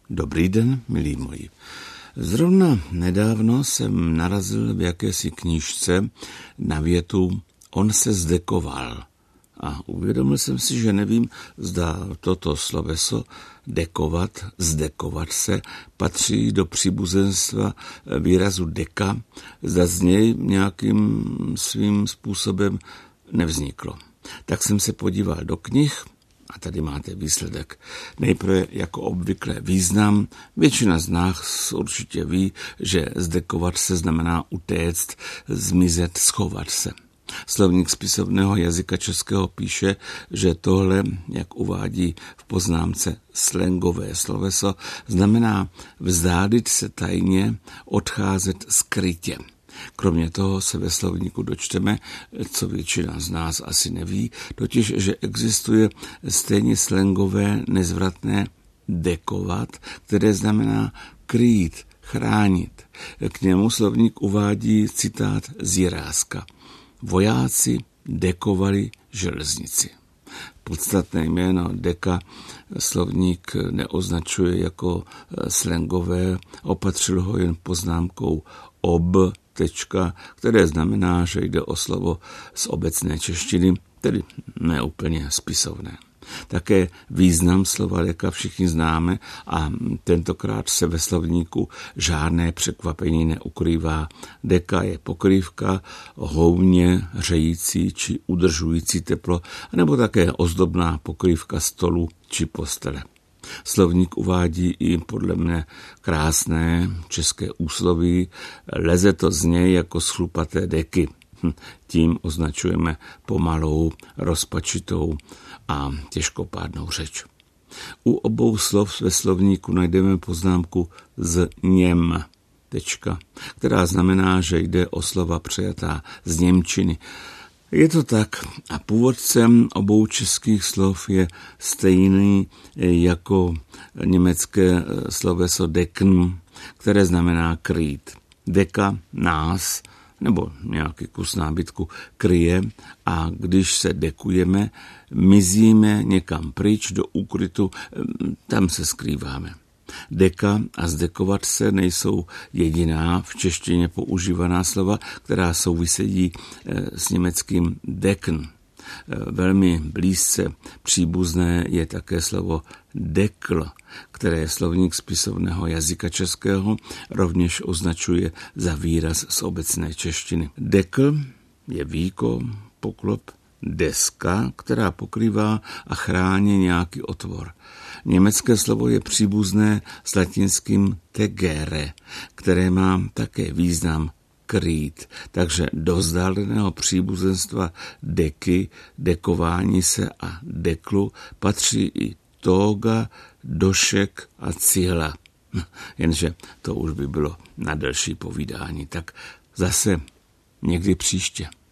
Dobrý den, milí moji. Zrovna nedávno jsem narazil v jakési knížce na větu on se zdekoval. A uvědomil jsem si, že nevím, zda toto sloveso dekovat, zdekovat se, patří do příbuzenstva výrazu deka, zda z něj nějakým svým způsobem nevzniklo. Tak jsem se podíval do knih a tady máte výsledek. Nejprve jako obvykle význam. Většina z nás určitě ví, že zdekovat se znamená utéct, zmizet, schovat se. Slovník spisovného jazyka českého píše, že tohle, jak uvádí v poznámce slangové sloveso, znamená vzdálit se tajně, odcházet skrytě. Kromě toho se ve slovníku dočteme, co většina z nás asi neví, totiž, že existuje stejně slangové nezvratné dekovat, které znamená krýt, chránit. K němu slovník uvádí citát z Jiráska. Vojáci dekovali železnici. Podstatné jméno deka slovník neoznačuje jako slangové, opatřil ho jen poznámkou které znamená, že jde o slovo z obecné češtiny, tedy neúplně spisovné. Také význam slova deka všichni známe a tentokrát se ve slovníku žádné překvapení neukrývá. Deka je pokrývka, houvně hřející či udržující teplo, nebo také ozdobná pokrývka stolu či postele. Slovník uvádí i podle mne krásné české úsloví, leze to z něj jako z chlupaté deky. Tím označujeme pomalou, rozpačitou a těžkopádnou řeč. U obou slov ve slovníku najdeme poznámku z něm, která znamená, že jde o slova přejatá z němčiny. Je to tak a původcem obou českých slov je stejný jako německé sloveso dekn, které znamená krýt. Deka nás nebo nějaký kus nábytku kryje a když se dekujeme, mizíme někam pryč do úkrytu, tam se skrýváme. Deka a zdekovat se nejsou jediná v češtině používaná slova, která souvisejí s německým dekn. Velmi blízce příbuzné je také slovo dekl, které slovník spisovného jazyka českého rovněž označuje za výraz z obecné češtiny. Dekl je víko, poklop, deska, která pokrývá a chrání nějaký otvor. Německé slovo je příbuzné s latinským tegere, které má také význam krýt, takže do vzdáleného příbuzenstva deky, dekování se a deklu patří i toga, došek a cihla. Jenže to už by bylo na delší povídání, tak zase někdy příště.